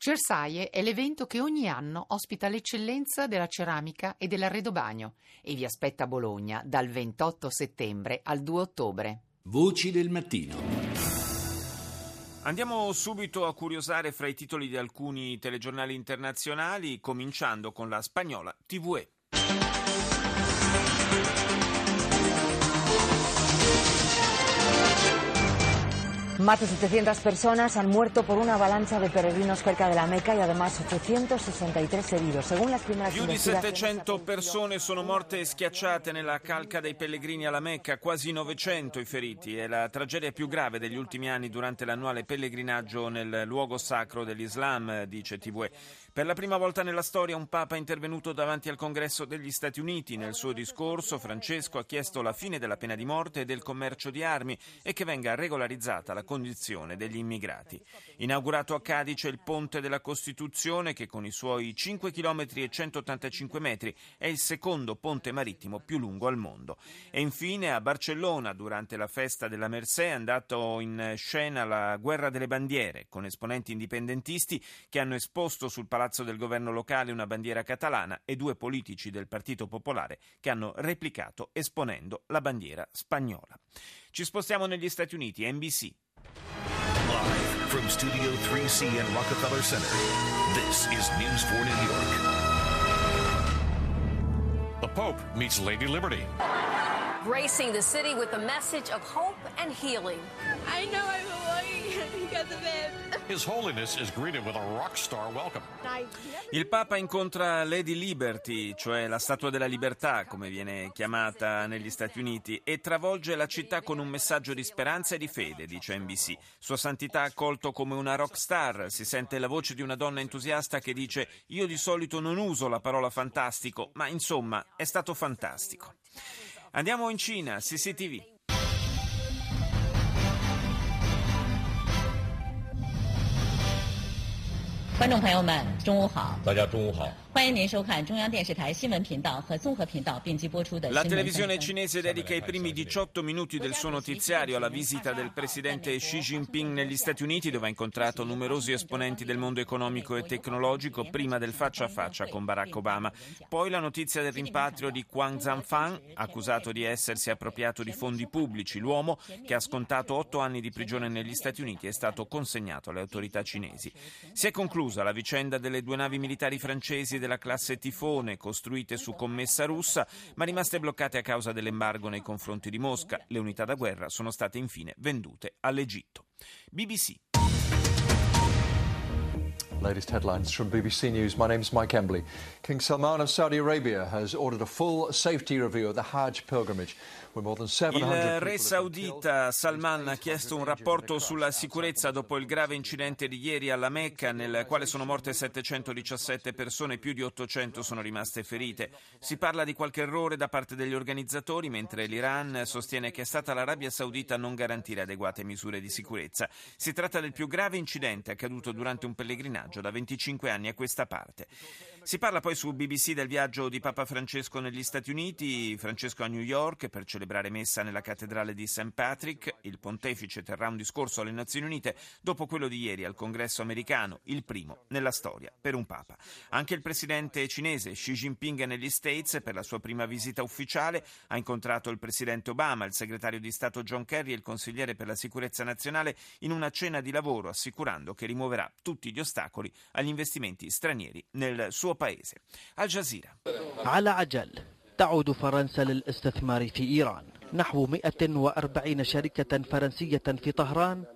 Cersaie è l'evento che ogni anno ospita l'eccellenza della ceramica e dell'arredobagno e vi aspetta a Bologna dal 28 settembre al 2 ottobre. Voci del mattino. Andiamo subito a curiosare fra i titoli di alcuni telegiornali internazionali, cominciando con la spagnola TVE. Más de 700 personas han muerto por una avalancha de peregrinos cerca de la Meca y además 863 heridos. Según las primeras Più di investigaciones, 700 persone sono morte schiacciate nella calca dei pellegrini alla Mecca, quasi 900 i feriti. È la tragedia più grave degli ultimi anni durante l'annuale pellegrinaggio nel luogo sacro dell'Islam, dice TVE. Per la prima volta nella storia un papa è intervenuto davanti al Congresso degli Stati Uniti. Nel suo discorso Francesco ha chiesto la fine della pena di morte e del commercio di armi e che venga regolarizzata la condizione degli immigrati. Inaugurato a Cadice il Ponte della Costituzione, che con i suoi 5 km e 185 metri è il secondo ponte marittimo più lungo al mondo. E infine a Barcellona, durante la festa della Mercè, è andato in scena la guerra delle bandiere, con esponenti indipendentisti che hanno esposto sul palazzo del governo locale una bandiera catalana e due politici del Partito Popolare che hanno replicato esponendo la bandiera spagnola. Ci spostiamo negli Stati Uniti, NBC. Live from Studio 3C and Rockefeller Center, this is News 4 New York. The Pope meets Lady Liberty. Gracing the city with a message of hope and healing. I know I'm belonging because of him. His Holiness is greeted with a rock star welcome. Il Papa incontra Lady Liberty, cioè la Statua della Libertà, come viene chiamata negli Stati Uniti, e travolge la città con un messaggio di speranza e di fede, dice NBC. Sua Santità accolto come una rock star. Si sente la voce di una donna entusiasta che dice: «Io di solito non uso la parola fantastico, ma insomma è stato fantastico». Andiamo in Cina, CCTV. 观众朋友们，中午好！ 大家中午好。 欢迎您收看中央电视台新闻频道和综合频道并机播出的 La televisione cinese dedica i primi 18 minuti del suo notiziario alla visita del presidente Xi Jinping negli Stati Uniti, dove ha incontrato numerosi esponenti del mondo economico e tecnologico prima del faccia a faccia con Barack Obama. Poi la notizia del rimpatrio di Quang Zhangfang, accusato di essersi appropriato di fondi pubblici. L'uomo, che ha scontato 8 anni di prigione negli Stati Uniti, è stato consegnato alle autorità cinesi. Si è conclusa la vicenda delle 2 navi militari francesi della classe Tifone, costruite su commessa russa, ma rimaste bloccate a causa dell'embargo nei confronti di Mosca. Le unità da guerra sono state infine vendute all'Egitto. BBC. Latest headlines from BBC News. My name is Mike Embley. King Salman of Saudi Arabia has ordered a full safety review of the Hajj pilgrimage. Il re saudita Salman ha chiesto un rapporto sulla sicurezza dopo il grave incidente di ieri alla Mecca, nel quale sono morte 717 persone, più di 800 sono rimaste ferite. Si parla di qualche errore da parte degli organizzatori, mentre l'Iran sostiene che è stata l'Arabia Saudita a non garantire adeguate misure di sicurezza. Si tratta del più grave incidente accaduto durante un pellegrinaggio da 25 anni a questa parte. Si parla poi su BBC del viaggio di Papa Francesco negli Stati Uniti. Francesco a New York per celebrare messa nella cattedrale di St. Patrick. Il pontefice terrà un discorso alle Nazioni Unite dopo quello di ieri al Congresso americano, il primo nella storia per un Papa. Anche il presidente cinese Xi Jinping è negli States per la sua prima visita ufficiale. Ha incontrato il presidente Obama, il segretario di Stato John Kerry e il consigliere per la sicurezza nazionale in una cena di lavoro, assicurando che rimuoverà tutti gli ostacoli agli investimenti stranieri nel suo paese. Al Jazeera. على عجل تعود فرنسا للاستثمار في إيران نحو 140 شركة فرنسية في طهران.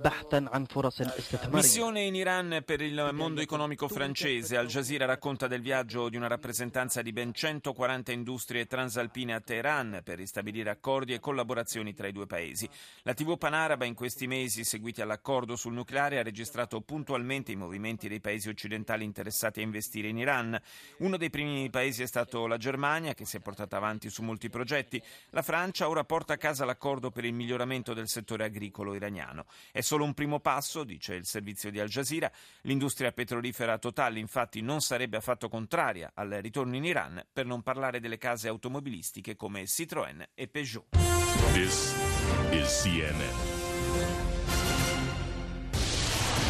Missione in Iran per il mondo economico francese. Al Jazeera racconta del viaggio di una rappresentanza di ben 140 industrie transalpine a Teheran per ristabilire accordi e collaborazioni tra i due paesi. La TV panaraba in questi mesi seguiti all'accordo sul nucleare ha registrato puntualmente i movimenti dei paesi occidentali interessati a investire in Iran. Uno dei primi paesi è stato la Germania, che si è portata avanti su molti progetti. La Francia ora porta a casa l'accordo per il miglioramento del settore agricolo iraniano. È solo un primo passo, dice il servizio di Al Jazeera. L'industria petrolifera Total infatti non sarebbe affatto contraria al ritorno in Iran, per non parlare delle case automobilistiche come Citroën e Peugeot. This is CNN.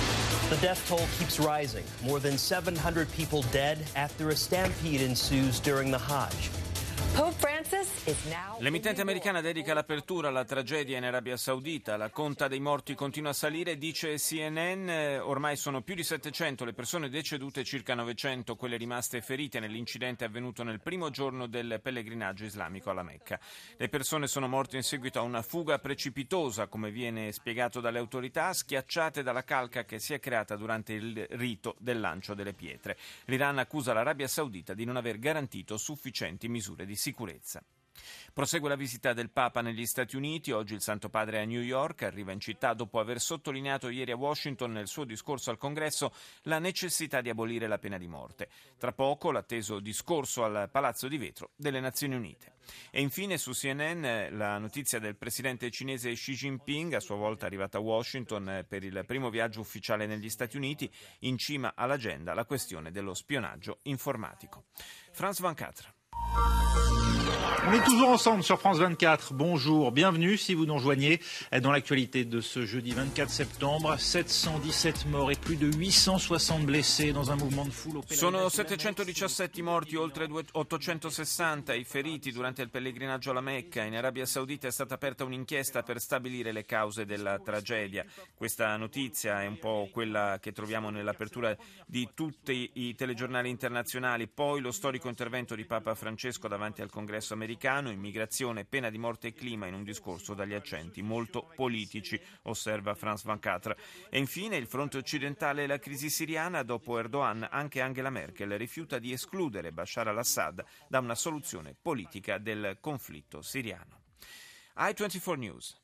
The death toll keeps rising. More than 700 people dead after a stampede ensues during the Hajj. Pope Francis is now. L'emittente americana dedica l'apertura alla tragedia in Arabia Saudita. La conta dei morti continua a salire, dice CNN. Ormai sono più di 700 le persone decedute, circa 900 quelle rimaste ferite nell'incidente avvenuto nel primo giorno del pellegrinaggio islamico alla Mecca. Le persone sono morte in seguito a una fuga precipitosa, come viene spiegato dalle autorità, schiacciate dalla calca che si è creata durante il rito del lancio delle pietre. L'Iran accusa l'Arabia Saudita di non aver garantito sufficienti misure di sicurezza. Prosegue la visita del Papa negli Stati Uniti. Oggi il Santo Padre è a New York, arriva in città dopo aver sottolineato ieri a Washington nel suo discorso al Congresso la necessità di abolire la pena di morte. Tra poco l'atteso discorso al Palazzo di Vetro delle Nazioni Unite. E infine su CNN la notizia del presidente cinese Xi Jinping, a sua volta arrivata a Washington per il primo viaggio ufficiale negli Stati Uniti, in cima all'agenda la questione dello spionaggio informatico. France 24. On est toujours ensemble sur France 24. Bonjour, bienvenue si vous nous rejoignez dans l'actualité de ce jeudi 24 septembre. 717 morts et plus de 860 blessés dans un mouvement de foule au Sono 717 morti, oltre 860 i feriti durante il pellegrinaggio alla Mecca. In Arabia Saudita è stata aperta un'inchiesta per stabilire le cause della tragedia. Questa notizia è un po' quella che troviamo nell'apertura di tutti i telegiornali internazionali. Poi lo storico intervento di Papa Francesco davanti al Congresso americano, immigrazione, pena di morte e clima, in un discorso dagli accenti molto politici, osserva France 24. E infine il fronte occidentale e la crisi siriana. Dopo Erdogan, anche Angela Merkel rifiuta di escludere Bashar al-Assad da una soluzione politica del conflitto siriano. I24 News.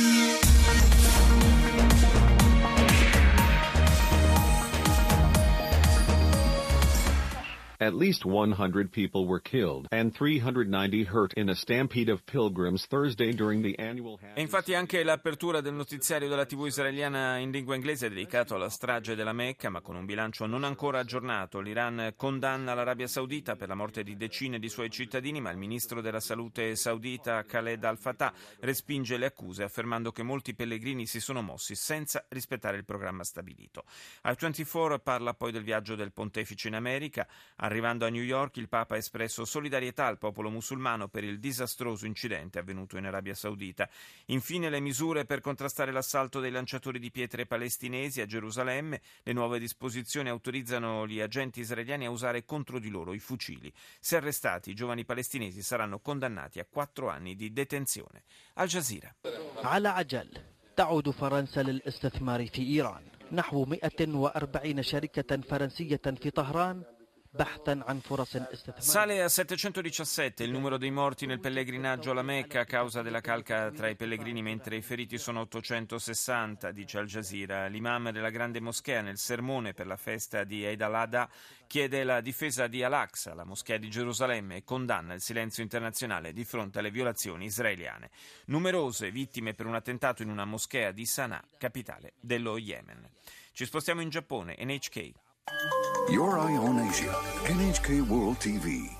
At least 100 people were killed and 390 hurt in a stampede of pilgrims Thursday during the annual Hajj. E infatti anche l'apertura del notiziario della TV israeliana in lingua inglese è dedicato alla strage della Mecca, ma con un bilancio non ancora aggiornato. L'Iran condanna l'Arabia Saudita per la morte di decine di suoi cittadini, ma il ministro della salute saudita Khaled al-Fattah respinge le accuse, affermando che molti pellegrini si sono mossi senza rispettare il programma stabilito. I24 parla poi del viaggio del pontefice in America. Arrivando a New York, il Papa ha espresso solidarietà al popolo musulmano per il disastroso incidente avvenuto in Arabia Saudita. Infine le misure per contrastare l'assalto dei lanciatori di pietre palestinesi a Gerusalemme. Le nuove disposizioni autorizzano gli agenti israeliani a usare contro di loro i fucili. Se arrestati, i giovani palestinesi saranno condannati a 4 anni di detenzione. Al Jazeera. على عجل تعود فرنسا للاستثمار في إيران. نحو 140 شركة فرنسية في طهران. Sale a 717 il numero dei morti nel pellegrinaggio alla Mecca a causa della calca tra i pellegrini, mentre i feriti sono 860, dice Al Jazeera. L'imam della grande moschea nel sermone per la festa di Eid al-Adha chiede la difesa di Al-Aqsa, la moschea di Gerusalemme, e condanna il silenzio internazionale di fronte alle violazioni israeliane. Numerose vittime per un attentato in una moschea di Sana'a, capitale dello Yemen. Ci spostiamo in Giappone, NHK. Your Eye on Asia, NHK World TV.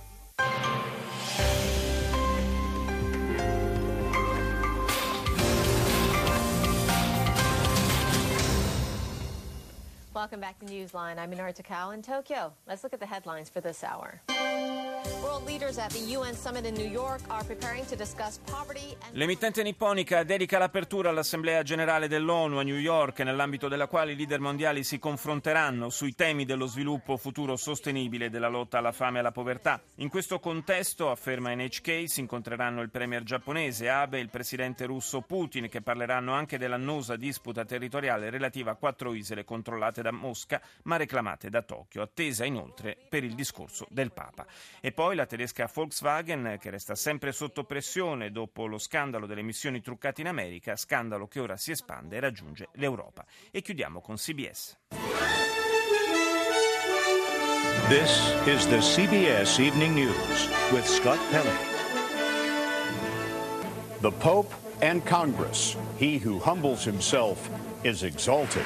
Welcome back to Newsline. I'm Minar Takao in Tokyo. Let's look at the headlines for this hour. World leaders at the UN summit in New York are preparing to discuss poverty and... L'emittente nipponica dedica l'apertura all'Assemblea Generale dell'ONU a New York, nell'ambito della quale i leader mondiali si confronteranno sui temi dello sviluppo futuro sostenibile e della lotta alla fame e alla povertà. In questo contesto, afferma NHK, si incontreranno il premier giapponese Abe e il presidente russo Putin, che parleranno anche dell'annosa disputa territoriale relativa a 4 isole controllate da Mosca ma reclamate da Tokyo, attesa inoltre per il discorso del Papa. E poi la tedesca Volkswagen, che resta sempre sotto pressione dopo lo scandalo delle emissioni truccate in America, scandalo che ora si espande e raggiunge l'Europa. E chiudiamo con CBS. This is the CBS Evening News with Scott Pelley. The Pope and Congress. He who humbles himself is exalted.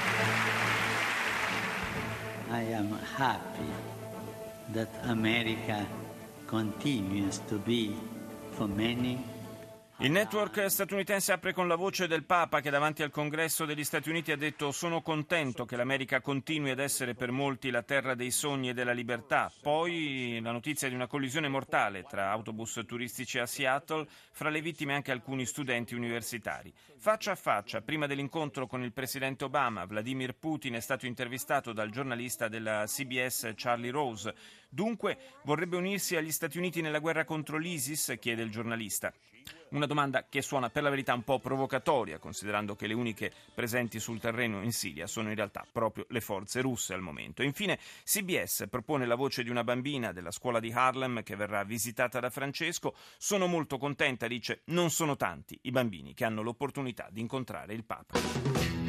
I am happy that America continues to be, for many, Il network statunitense apre con la voce del Papa che davanti al Congresso degli Stati Uniti ha detto: sono contento che l'America continui ad essere per molti la terra dei sogni e della libertà. Poi la notizia di una collisione mortale tra autobus turistici a Seattle, fra le vittime anche alcuni studenti universitari. Faccia a faccia, prima dell'incontro con il presidente Obama, Vladimir Putin è stato intervistato dal giornalista della CBS Charlie Rose. Dunque vorrebbe unirsi agli Stati Uniti nella guerra contro l'ISIS? Chiede il giornalista. Una domanda che suona per la verità un po' provocatoria, considerando che le uniche presenti sul terreno in Siria sono in realtà proprio le forze russe al momento. Infine CBS propone la voce di una bambina della scuola di Harlem che verrà visitata da Francesco. Sono molto contenta, dice, non sono tanti i bambini che hanno l'opportunità di incontrare il Papa.